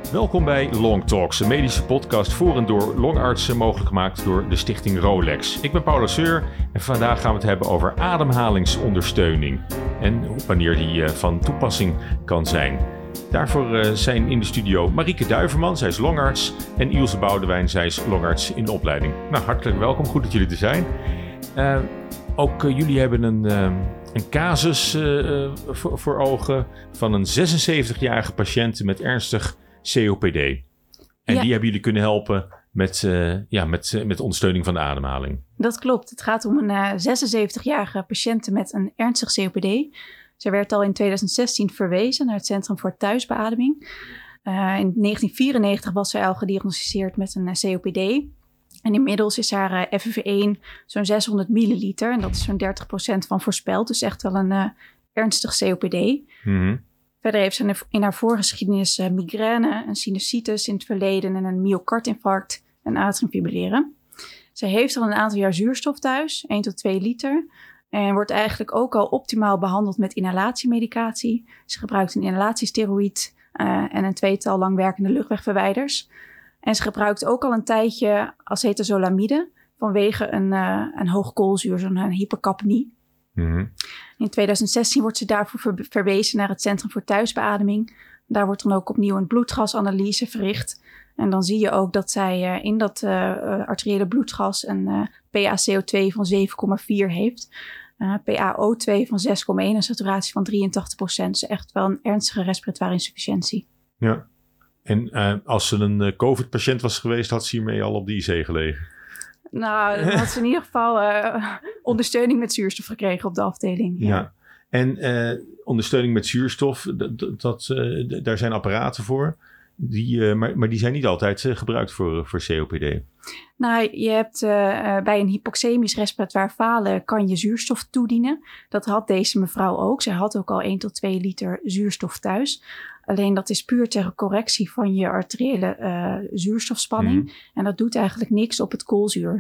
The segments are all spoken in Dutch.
Welkom bij Long Talks, een medische podcast voor en door longartsen, mogelijk gemaakt door de stichting Rolex. Ik ben Paula Seur en vandaag gaan we het hebben over ademhalingsondersteuning en wanneer die van toepassing kan zijn. Daarvoor zijn in de studio Marieke Duiverman, zij is longarts, en Ilse Boudewijn, zij is longarts in de opleiding. Nou, hartelijk welkom, goed dat jullie er zijn. Ook jullie hebben een casus voor ogen van een 76-jarige patiënt met ernstig COPD. En die hebben jullie kunnen helpen met ondersteuning van de ademhaling. Dat klopt. Het gaat om een 76-jarige patiënt met een ernstig COPD. Zij werd al in 2016 verwezen naar het Centrum voor Thuisbeademing. In 1994 was zij al gediagnosticeerd met een COPD. En inmiddels is haar FEV1 zo'n 600 milliliter. En dat is zo'n 30% van voorspeld. Dus echt wel een ernstig COPD. Mm-hmm. Verder heeft ze in haar voorgeschiedenis migraine, een sinusitis in het verleden en een myocardinfarct en atriumfibrilleren. Ze heeft al een aantal jaar zuurstof thuis, 1 tot 2 liter. En wordt eigenlijk ook al optimaal behandeld met inhalatiemedicatie. Ze gebruikt een inhalatiesteroïd en een 2-tal langwerkende luchtwegverwijders. En ze gebruikt ook al een tijdje acetazolamide vanwege een hoog koolzuur, zo'n hypercapnie. Mm-hmm. In 2016 wordt ze daarvoor verwezen naar het Centrum voor Thuisbeademing. Daar wordt dan ook opnieuw een bloedgasanalyse verricht. En dan zie je ook dat zij in dat arteriële bloedgas een PaCO2 van 7,4 heeft. PaO2 van 6,1 en saturatie van 83%. Dus echt wel een ernstige respiratoire insufficiëntie. Ja, en als ze een COVID-patiënt was geweest, had ze hiermee al op de IC gelegen? Nou, dan had ze in ieder geval ondersteuning met zuurstof gekregen op de afdeling. Ja. En ondersteuning met zuurstof, daar zijn apparaten voor. Maar die zijn niet altijd gebruikt voor COPD. Nou, je hebt bij een hypoxemisch respiratoire falen kan je zuurstof toedienen. Dat had deze mevrouw ook. Zij had ook al 1 tot 2 liter zuurstof thuis. Alleen dat is puur ter correctie van je arteriële zuurstofspanning. Mm. En dat doet eigenlijk niks op het koolzuur.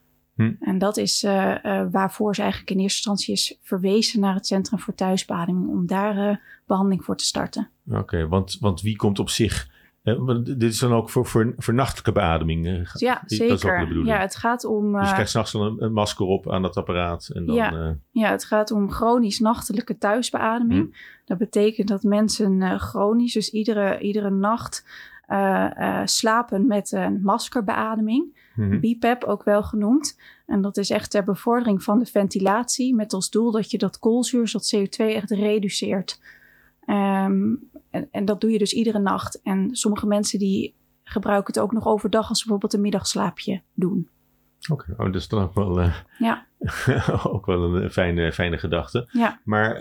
En dat is waarvoor ze eigenlijk in eerste instantie is verwezen naar het Centrum voor Thuisbeademing om daar behandeling voor te starten. Oké, want wie komt op zich... dit is dan ook voor nachtelijke beademing? Ja, zeker. Dat is ook de bedoeling. Ja, het gaat om... Dus je krijgt 's nachts dan een masker op aan dat apparaat. En dan, ja, het gaat om chronisch nachtelijke thuisbeademing. Dat betekent dat mensen chronisch, dus iedere nacht slapen met een maskerbeademing. BiPAP ook wel genoemd. En dat is echt ter bevordering van de ventilatie met als doel dat je dat koolzuur, dat CO2 echt reduceert. En dat doe je dus iedere nacht. En sommige mensen die gebruiken het ook nog overdag als ze bijvoorbeeld een middagslaapje doen. Oké, dat is dan ook wel, ook wel een fijne gedachte. Ja. Maar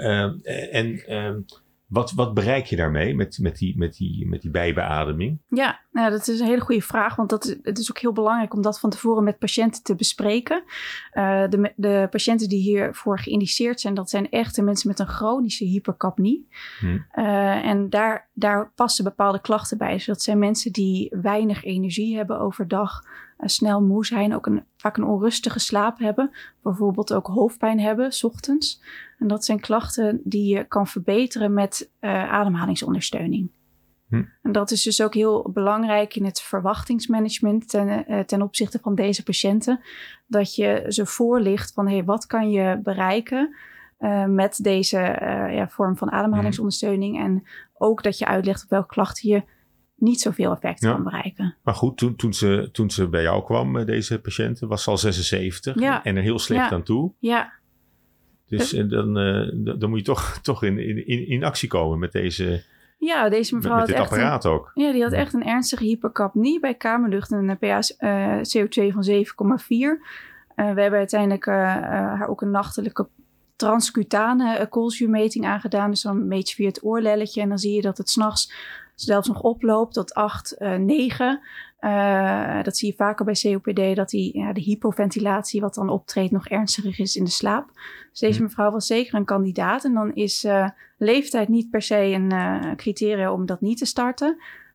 wat bereik je daarmee met die bijbeademing? Ja, nou, dat is een hele goede vraag. Want het is ook heel belangrijk om dat van tevoren met patiënten te bespreken. De patiënten die hiervoor geïndiceerd zijn, dat zijn echte mensen met een chronische hypercapnie. En daar passen bepaalde klachten bij. Dus dat zijn mensen die weinig energie hebben overdag, snel moe zijn, ook vaak een onrustige slaap hebben. Bijvoorbeeld ook hoofdpijn hebben, 's ochtends. En dat zijn klachten die je kan verbeteren met ademhalingsondersteuning. En dat is dus ook heel belangrijk in het verwachtingsmanagement ten opzichte van deze patiënten. Dat je ze voorlicht van wat kan je bereiken met deze vorm van ademhalingsondersteuning. En ook dat je uitlegt op welke klachten je niet zoveel effect kan bereiken. Maar goed, toen ze bij jou kwam, deze patiënt, was ze al 76 en er heel slecht aan toe. Ja. Dus dan moet je toch in actie komen met deze... Ja, deze mevrouw met dit had echt apparaat ook. Ja, die had echt een ernstige hypercapnie bij kamerlucht en een PaCO2 van 7,4. We hebben uiteindelijk haar ook een nachtelijke transcutane koolzuurmeting aangedaan. Dus dan meet je via het oorlelletje en dan zie je dat het 's nachts zelfs nog oploopt tot 8, 9. Dat zie je vaker bij COPD, dat de hypoventilatie wat dan optreedt nog ernstiger is in de slaap. Dus deze mevrouw was zeker een kandidaat. En dan is leeftijd niet per se een criterium om dat niet te starten.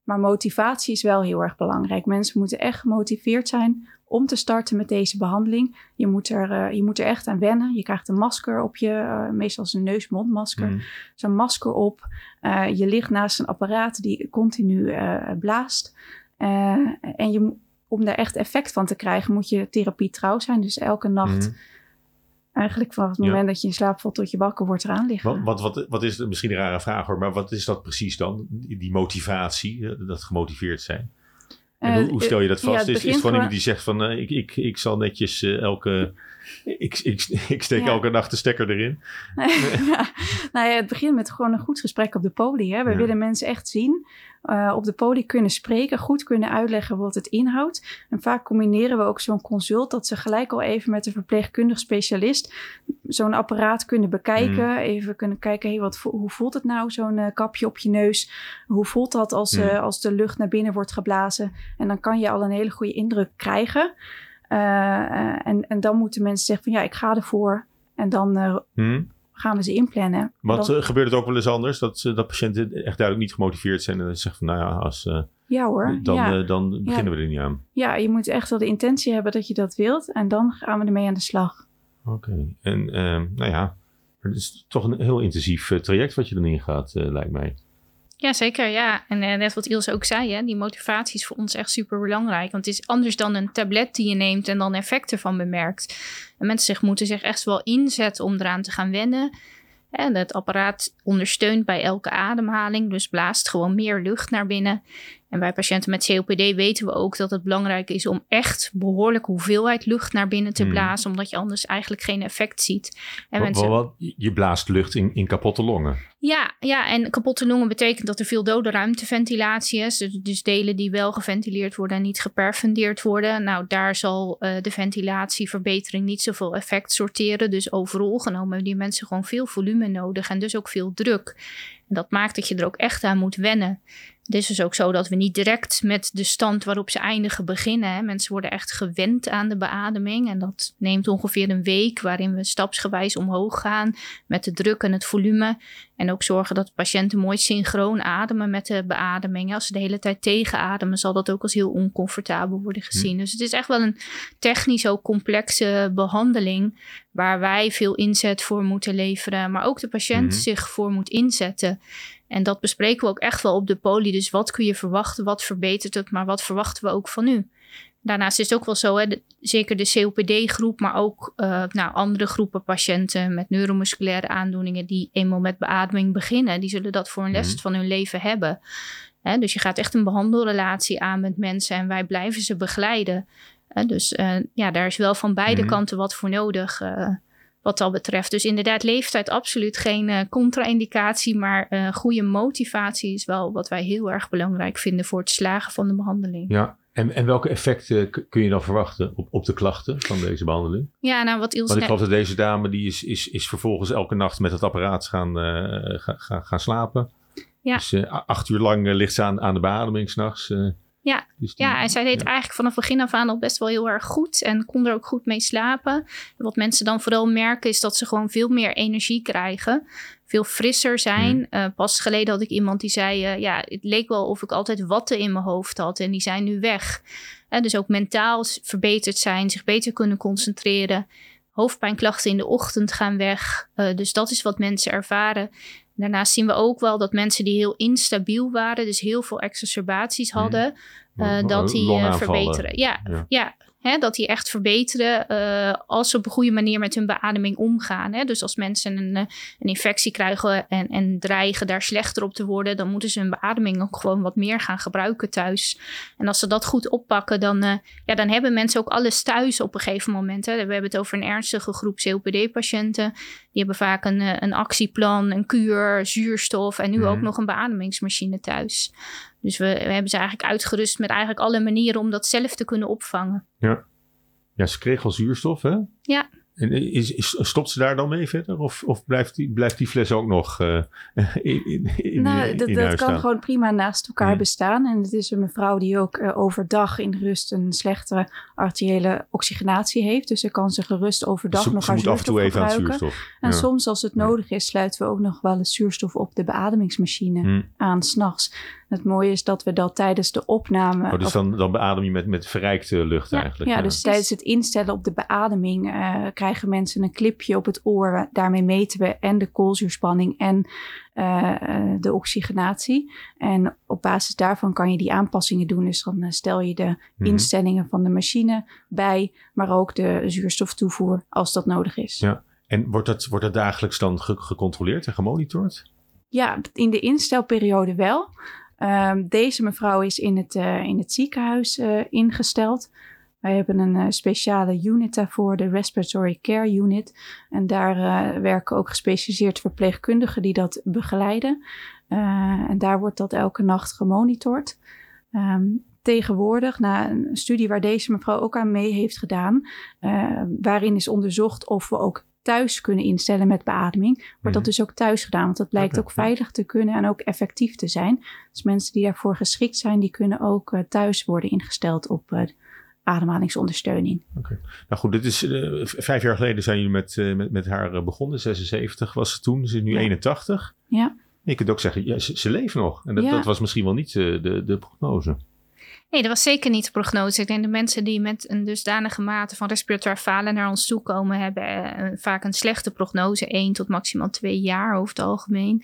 Maar motivatie is wel heel erg belangrijk. Mensen moeten echt gemotiveerd zijn om te starten met deze behandeling. Je moet er echt aan wennen. Je krijgt een masker op je, meestal een neus-mondmasker. Zo'n masker op. Je ligt naast een apparaat die continu blaast. En om daar echt effect van te krijgen, moet je therapie trouw zijn. Dus elke nacht, eigenlijk vanaf het moment dat je in slaap valt tot je wakker wordt, eraan liggen. Wat is het, misschien een rare vraag hoor, maar wat is dat precies dan? Die motivatie, dat gemotiveerd zijn? En hoe stel je dat vast? Is het gewoon iemand die zegt van ik zal netjes ik steek elke nacht de stekker erin? Het begint met gewoon een goed gesprek op de poli. Hè? We willen mensen echt zien. Op de poli kunnen spreken, goed kunnen uitleggen wat het inhoudt. En vaak combineren we ook zo'n consult dat ze gelijk al even met een verpleegkundig specialist zo'n apparaat kunnen bekijken. Even kunnen kijken, hoe voelt het nou, zo'n kapje op je neus? Hoe voelt dat als de lucht naar binnen wordt geblazen? En dan kan je al een hele goede indruk krijgen. En dan moeten mensen zeggen van ik ga ervoor. En dan gaan we ze inplannen. Gebeurt het ook wel eens anders? Dat patiënten echt duidelijk niet gemotiveerd zijn. En dan zeggen van dan beginnen we er niet aan. Ja, je moet echt wel de intentie hebben dat je dat wilt. En dan gaan we ermee aan de slag. Oké. En het is toch een heel intensief traject wat je dan ingaat, lijkt mij. Ja, zeker. Ja. En net wat Ilse ook zei, hè, die motivatie is voor ons echt super belangrijk. Want het is anders dan een tablet die je neemt en dan effecten van bemerkt. En mensen moeten zich echt wel inzetten om eraan te gaan wennen. En het apparaat ondersteunt bij elke ademhaling, dus blaast gewoon meer lucht naar binnen. En bij patiënten met COPD weten we ook dat het belangrijk is om echt behoorlijke hoeveelheid lucht naar binnen te blazen, omdat je anders eigenlijk geen effect ziet. En je blaast lucht in kapotte longen. Ja, en kapotte longen betekent dat er veel dode ruimteventilatie is. Dus delen die wel geventileerd worden en niet geperfundeerd worden. Nou, daar zal de ventilatieverbetering niet zoveel effect sorteren. Dus overal genomen hebben die mensen gewoon veel volume nodig en dus ook veel druk. En dat maakt dat je er ook echt aan moet wennen. Het is dus ook zo dat we niet direct met de stand waarop ze eindigen beginnen. Hè. Mensen worden echt gewend aan de beademing. En dat neemt ongeveer een week waarin we stapsgewijs omhoog gaan met de druk en het volume. En ook zorgen dat de patiënten mooi synchroon ademen met de beademing. Als ze de hele tijd tegenademen, zal dat ook als heel oncomfortabel worden gezien. Dus het is echt wel een technisch ook complexe behandeling waar wij veel inzet voor moeten leveren. Maar ook de patiënt zich voor moet inzetten. En dat bespreken we ook echt wel op de poli. Dus wat kun je verwachten? Wat verbetert het? Maar wat verwachten we ook van u? Daarnaast is het ook wel zo, zeker de COPD-groep, maar ook andere groepen patiënten met neuromusculaire aandoeningen die eenmaal met beademing beginnen, die zullen dat voor een rest van hun leven hebben. Dus je gaat echt een behandelrelatie aan met mensen en wij blijven ze begeleiden. Dus daar is wel van beide kanten wat voor nodig wat dat betreft. Dus inderdaad, leeftijd absoluut geen contra-indicatie, maar goede motivatie is wel wat wij heel erg belangrijk vinden voor het slagen van de behandeling. Ja. En welke effecten kun je dan verwachten op de klachten van deze behandeling? Ja, nou wat Ilse... Want ik geloof dat deze dame die is vervolgens elke nacht met het apparaat gaan slapen. Ja. Dus 8 uur lang ligt ze aan de beademing 's nachts. En zij deed eigenlijk vanaf begin af aan al best wel heel erg goed en kon er ook goed mee slapen. Wat mensen dan vooral merken is dat ze gewoon veel meer energie krijgen. Veel frisser zijn. Pas geleden had ik iemand die zei, het leek wel of ik altijd watten in mijn hoofd had en die zijn nu weg. Dus ook mentaal verbeterd zijn, zich beter kunnen concentreren. Hoofdpijnklachten in de ochtend gaan weg. Dus dat is wat mensen ervaren. Daarnaast zien we ook wel dat mensen die heel instabiel waren, dus heel veel exacerbaties hadden, dat die verbeteren. Ja. Dat die echt verbeteren als ze op een goede manier met hun beademing omgaan. Dus als mensen een infectie krijgen en dreigen daar slechter op te worden, dan moeten ze hun beademing ook gewoon wat meer gaan gebruiken thuis. En als ze dat goed oppakken, dan hebben mensen ook alles thuis op een gegeven moment. We hebben het over een ernstige groep COPD-patiënten. Die hebben vaak een actieplan, een kuur, zuurstof en nu ook nog een beademingsmachine thuis. Dus we hebben ze eigenlijk uitgerust met eigenlijk alle manieren om dat zelf te kunnen opvangen. Ja, ze kreeg al zuurstof, hè? Ja. En stopt ze daar dan mee verder? Of blijft die fles ook nog in dat kan staan? gewoon prima naast elkaar bestaan. En het is een mevrouw die ook overdag in rust een slechtere arteriële oxygenatie heeft. Dus ze kan ze gerust overdag nog haar zuurstof gebruiken. Af en toe even aan zuurstof. En soms als het nodig is, sluiten we ook nog wel eens zuurstof op de beademingsmachine aan 's nachts. Het mooie is dat we dat tijdens de opname... Dus dan beadem je met verrijkte lucht eigenlijk. Ja, dus tijdens het instellen op de beademing krijgen mensen een clipje op het oor. Daarmee meten we en de koolzuurspanning en de oxygenatie. En op basis daarvan kan je die aanpassingen doen. Dus dan stel je de instellingen van de machine bij, maar ook de zuurstoftoevoer als dat nodig is. Ja. En wordt dat dagelijks dan gecontroleerd en gemonitord? Ja, in de instelperiode wel. Deze mevrouw is in het ziekenhuis ingesteld. Wij hebben een speciale unit daarvoor, de Respiratory Care Unit. En daar werken ook gespecialiseerde verpleegkundigen die dat begeleiden. En daar wordt dat elke nacht gemonitord. Tegenwoordig, na een studie waar deze mevrouw ook aan mee heeft gedaan, waarin is onderzocht of we ook thuis kunnen instellen met beademing, wordt dat dus ook thuis gedaan. Want dat blijkt ook veilig te kunnen en ook effectief te zijn. Dus mensen die daarvoor geschikt zijn, die kunnen ook thuis worden ingesteld op ademhalingsondersteuning. Okay. Nou goed, dit is 5 jaar geleden zijn jullie met haar begonnen. 76 was ze toen, ze is nu 81. Ja. Je kunt ook zeggen, ze leven nog. En dat was misschien wel niet de prognose. Nee, dat was zeker niet de prognose. Ik denk de mensen die met een dusdanige mate van respiratoire falen naar ons toe komen, hebben vaak een slechte prognose. 1 tot maximaal 2 jaar over het algemeen.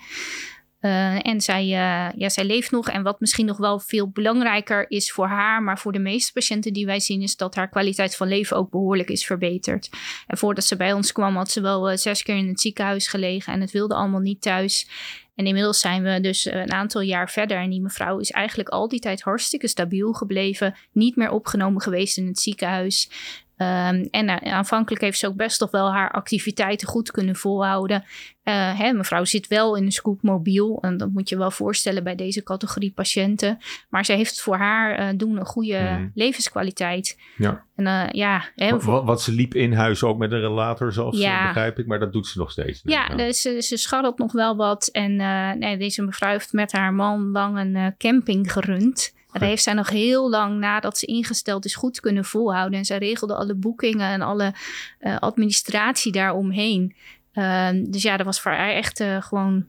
En zij leeft nog. En wat misschien nog wel veel belangrijker is voor haar, maar voor de meeste patiënten die wij zien, is dat haar kwaliteit van leven ook behoorlijk is verbeterd. En voordat ze bij ons kwam, had ze wel 6 keer in het ziekenhuis gelegen en het wilde allemaal niet thuis. En inmiddels zijn we dus een aantal jaar verder. En die mevrouw is eigenlijk al die tijd hartstikke stabiel gebleven. Niet meer opgenomen geweest in het ziekenhuis. Aanvankelijk heeft ze ook best toch wel haar activiteiten goed kunnen volhouden. Mevrouw zit wel in een scootmobiel. En dat moet je wel voorstellen bij deze categorie patiënten. Maar zij heeft voor haar doen een goede levenskwaliteit. Ja. En, wat ze liep in huis ook met een relator, zoals begrijp ik. Maar dat doet ze nog steeds. Ja, dus ze scharrelt nog wel wat. En deze mevrouw heeft met haar man lang een camping gerund. En daar heeft zij nog heel lang nadat ze ingesteld is goed kunnen volhouden. En zij regelde alle boekingen en alle administratie daaromheen. Dus ja, dat was voor haar echt gewoon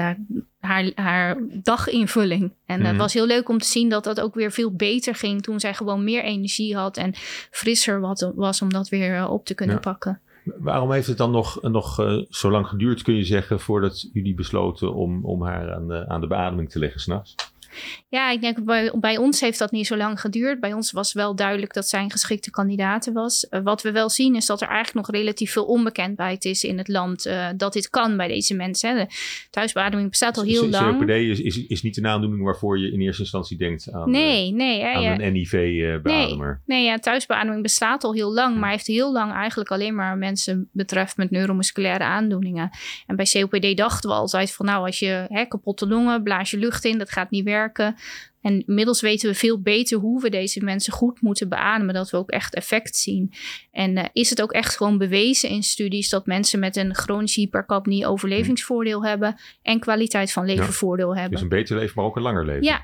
haar daginvulling. En het was heel leuk om te zien dat dat ook weer veel beter ging toen zij gewoon meer energie had en frisser was om dat weer op te kunnen pakken. Waarom heeft het dan nog zo lang geduurd, kun je zeggen, voordat jullie besloten om haar aan de beademing te leggen 's nachts? Ja, ik denk bij ons heeft dat niet zo lang geduurd. Bij ons was wel duidelijk dat zij een geschikte kandidaat was. Wat we wel zien is dat er eigenlijk nog relatief veel onbekendheid is in het land. Dat dit kan bij deze mensen. Hè. De thuisbeademing bestaat al heel lang. COPD is niet een aandoening waarvoor je in eerste instantie denkt aan, aan een NIV-beademer. Nee, thuisbeademing bestaat al heel lang. Maar heeft heel lang eigenlijk alleen maar mensen betreft met neuromusculaire aandoeningen. En bij COPD dachten we altijd van als je kapotte longen, blaas je lucht in, dat gaat niet werken. En inmiddels weten we veel beter hoe we deze mensen goed moeten beademen, dat we ook echt effect zien. En is het ook echt gewoon bewezen in studies dat mensen met een chronische hypercapnie overlevingsvoordeel hebben en kwaliteit van leven voordeel hebben. Dus een beter leven, maar ook een langer leven.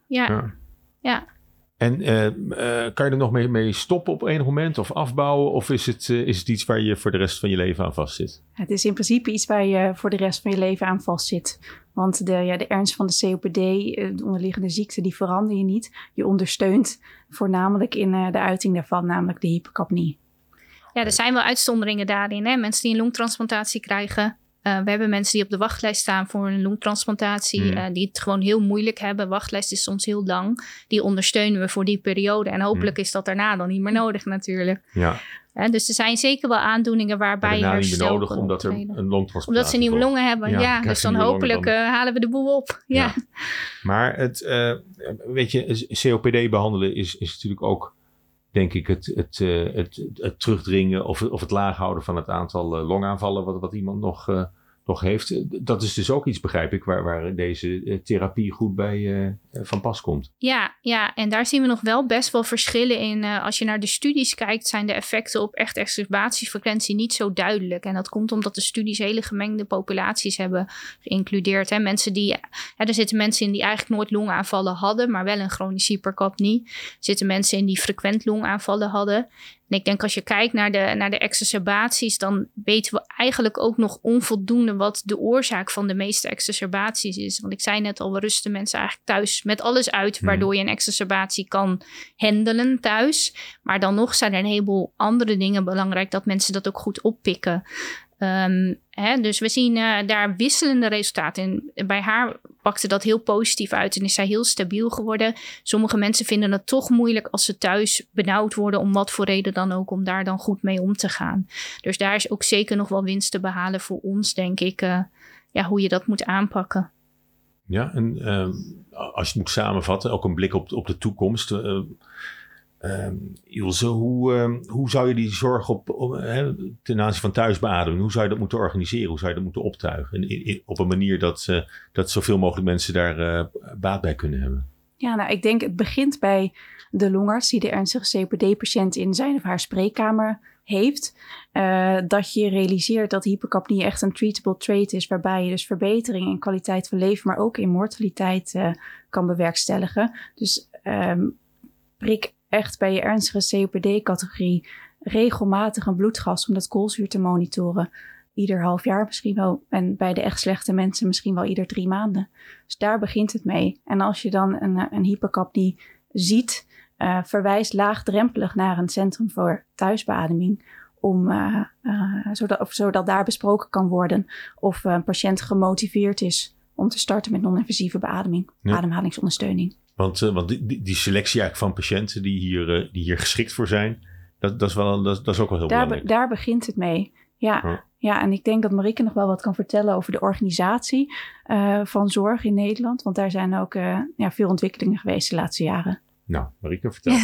Ja. En kan je er nog mee stoppen op enig moment of afbouwen? Of is het iets waar je voor de rest van je leven aan vastzit? Het is in principe iets waar je voor de rest van je leven aan vastzit. Want de ernst van de COPD, de onderliggende ziekte, die verander je niet. Je ondersteunt voornamelijk in de uiting daarvan, namelijk de hypercapnie. Ja, er zijn wel uitzonderingen daarin. Hè? Mensen die een longtransplantatie krijgen. We hebben mensen die op de wachtlijst staan voor een longtransplantatie. Die het gewoon heel moeilijk hebben. Wachtlijst is soms heel lang. Die ondersteunen we voor die periode. En hopelijk is dat daarna dan niet meer nodig natuurlijk. Ja. Dus er zijn zeker wel aandoeningen waarbij je herstel niet meer nodig omdat er een longtransplantatie omdat ze nieuwe longen hebben. Ja, dus dan hopelijk halen we de boel op. Ja. Maar weet je, COPD behandelen is natuurlijk ook, denk ik, het terugdringen of het laag houden van het aantal longaanvallen wat iemand nog heeft. Dat is dus ook iets, begrijp ik, waar deze therapie goed bij van pas komt. Ja, en daar zien we nog wel best wel verschillen in. Als je naar de studies kijkt, zijn de effecten op echt exacerbatiefrequentie niet zo duidelijk. En dat komt omdat de studies hele gemengde populaties hebben geïncludeerd. Hè. Er zitten mensen in die eigenlijk nooit longaanvallen hadden, maar wel een chronische hypercapnie. Er zitten mensen in die frequent longaanvallen hadden. En ik denk als je kijkt naar de exacerbaties, dan weten we eigenlijk ook nog onvoldoende wat de oorzaak van de meeste exacerbaties is. Want ik zei net al, we rusten mensen eigenlijk thuis met alles uit, waardoor je een exacerbatie kan handelen thuis. Maar dan nog zijn er een heleboel andere dingen belangrijk dat mensen dat ook goed oppikken. Dus we zien daar wisselende resultaten in. Bij haar pakte dat heel positief uit en is zij heel stabiel geworden. Sommige mensen vinden het toch moeilijk als ze thuis benauwd worden, om wat voor reden dan ook, om daar dan goed mee om te gaan. Dus daar is ook zeker nog wel winst te behalen voor ons, denk ik, hoe je dat moet aanpakken. Ja, en als je het moet samenvatten, ook een blik op de toekomst. Ilse, hoe zou je die zorg ten aanzien van thuisbeademing, hoe zou je dat moeten organiseren? Hoe zou je dat moeten optuigen? Op een manier dat zoveel mogelijk mensen daar baat bij kunnen hebben? Ja, nou, ik denk het begint bij de longarts die de ernstige COPD-patiënt in zijn of haar spreekkamer heeft. Dat je realiseert dat hypercapnie echt een treatable trait is, waarbij je dus verbetering in kwaliteit van leven, maar ook in mortaliteit kan bewerkstelligen. Dus prik echt bij je ernstige COPD-categorie regelmatig een bloedgas om dat koolzuur te monitoren. Ieder half jaar misschien wel. En bij de echt slechte mensen misschien wel ieder 3 maanden. Dus daar begint het mee. En als je dan een hypercapnie ziet, verwijs laagdrempelig naar een centrum voor thuisbeademing. Zodat daar besproken kan worden of een patiënt gemotiveerd is om te starten met non-invasieve beademing, ademhalingsondersteuning. Want die selectie eigenlijk van patiënten die hier geschikt voor zijn, dat is ook wel heel belangrijk. Daar begint het mee. Ja, en ik denk dat Marieke nog wel wat kan vertellen over de organisatie van zorg in Nederland. Want daar zijn ook veel ontwikkelingen geweest de laatste jaren. Nou, Marieke, vertel.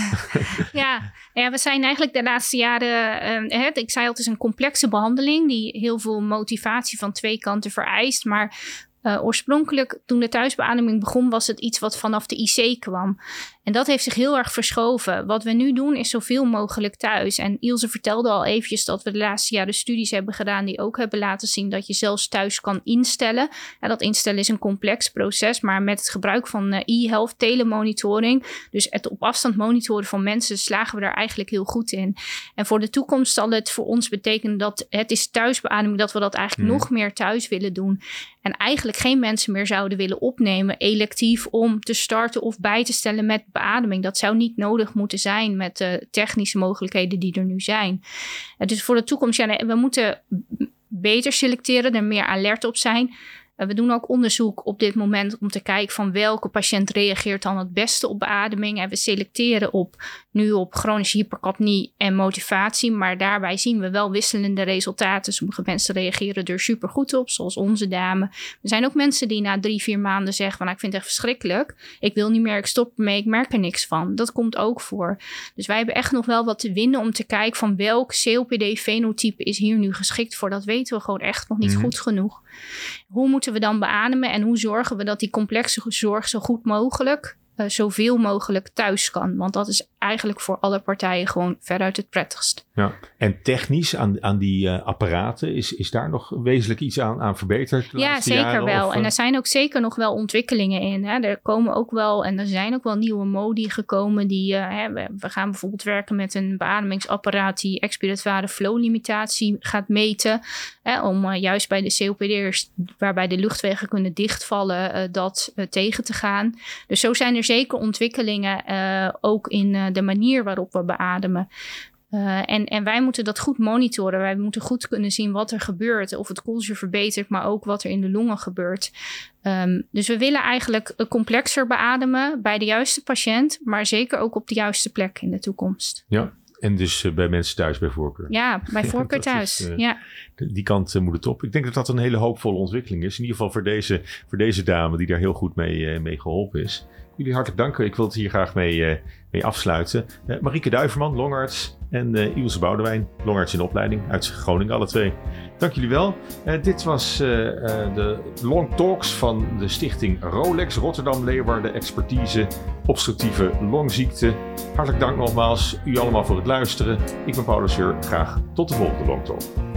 Ja, we zijn eigenlijk de laatste jaren, ik zei al, het is een complexe behandeling die heel veel motivatie van 2 kanten vereist. Maar oorspronkelijk, toen de thuisbeademing begon, was het iets wat vanaf de IC kwam. En dat heeft zich heel erg verschoven. Wat we nu doen is zoveel mogelijk thuis. En Ilse vertelde al eventjes dat we de laatste jaren studies hebben gedaan die ook hebben laten zien dat je zelfs thuis kan instellen. Dat instellen is een complex proces, maar met het gebruik van e-health, telemonitoring, dus het op afstand monitoren van mensen, slagen we daar eigenlijk heel goed in. En voor de toekomst zal het voor ons betekenen dat het is thuisbeademing, dat we dat eigenlijk nog meer thuis willen doen. En eigenlijk geen mensen meer zouden willen opnemen electief om te starten of bij te stellen met beademing. Dat zou niet nodig moeten zijn met de technische mogelijkheden die er nu zijn. Dus voor de toekomst, we moeten beter selecteren, er meer alert op zijn. We doen ook onderzoek op dit moment om te kijken van welke patiënt reageert dan het beste op beademing. En we selecteren nu op chronische hypercapnie en motivatie. Maar daarbij zien we wel wisselende resultaten. Sommige mensen reageren er supergoed op, zoals onze dame. Er zijn ook mensen die na 3-4 maanden zeggen van, ik vind het echt verschrikkelijk. Ik wil niet meer, ik stop ermee, ik merk er niks van. Dat komt ook voor. Dus wij hebben echt nog wel wat te winnen om te kijken van welk COPD-fenotype is hier nu geschikt voor. Dat weten we gewoon echt nog niet goed genoeg. Hoe moeten we dan beademen en hoe zorgen we dat die complexe zorg zo goed mogelijk, zoveel mogelijk thuis kan? Want dat is eigenlijk voor alle partijen gewoon veruit het prettigst. Ja. En technisch aan die apparaten, is daar nog wezenlijk iets aan verbeterd? Ja, zeker jaren, wel. En er zijn ook zeker nog wel ontwikkelingen in. Er komen ook wel, en er zijn ook wel nieuwe modi gekomen die, we gaan bijvoorbeeld werken met een beademingsapparaat die expiratoire flowlimitatie gaat meten. Om juist bij de COPD'ers, waarbij de luchtwegen kunnen dichtvallen, dat tegen te gaan. Dus zo zijn er zeker ontwikkelingen ook in de manier waarop we beademen. En wij moeten dat goed monitoren. Wij moeten goed kunnen zien wat er gebeurt. Of het koolzuur verbetert, maar ook wat er in de longen gebeurt. Dus we willen eigenlijk complexer beademen bij de juiste patiënt, maar zeker ook op de juiste plek in de toekomst. Ja. En dus bij mensen thuis bij voorkeur. Ja, bij voorkeur thuis. Die kant moet het op. Ik denk dat dat een hele hoopvolle ontwikkeling is. In ieder geval voor deze dame die daar heel goed mee geholpen is. Jullie hartelijk danken. Ik wil het hier graag mee afsluiten. Marieke Duiverman, longarts. En Ilse Boudewijn, longarts in opleiding uit Groningen, alle 2. Dank jullie wel. Dit was de Long Talks van de stichting Rolex Rotterdam Leeuwarden Expertise Obstructieve Longziekte. Hartelijk dank nogmaals u allemaal voor het luisteren. Ik ben Paul Seur. Graag tot de volgende Long Talk.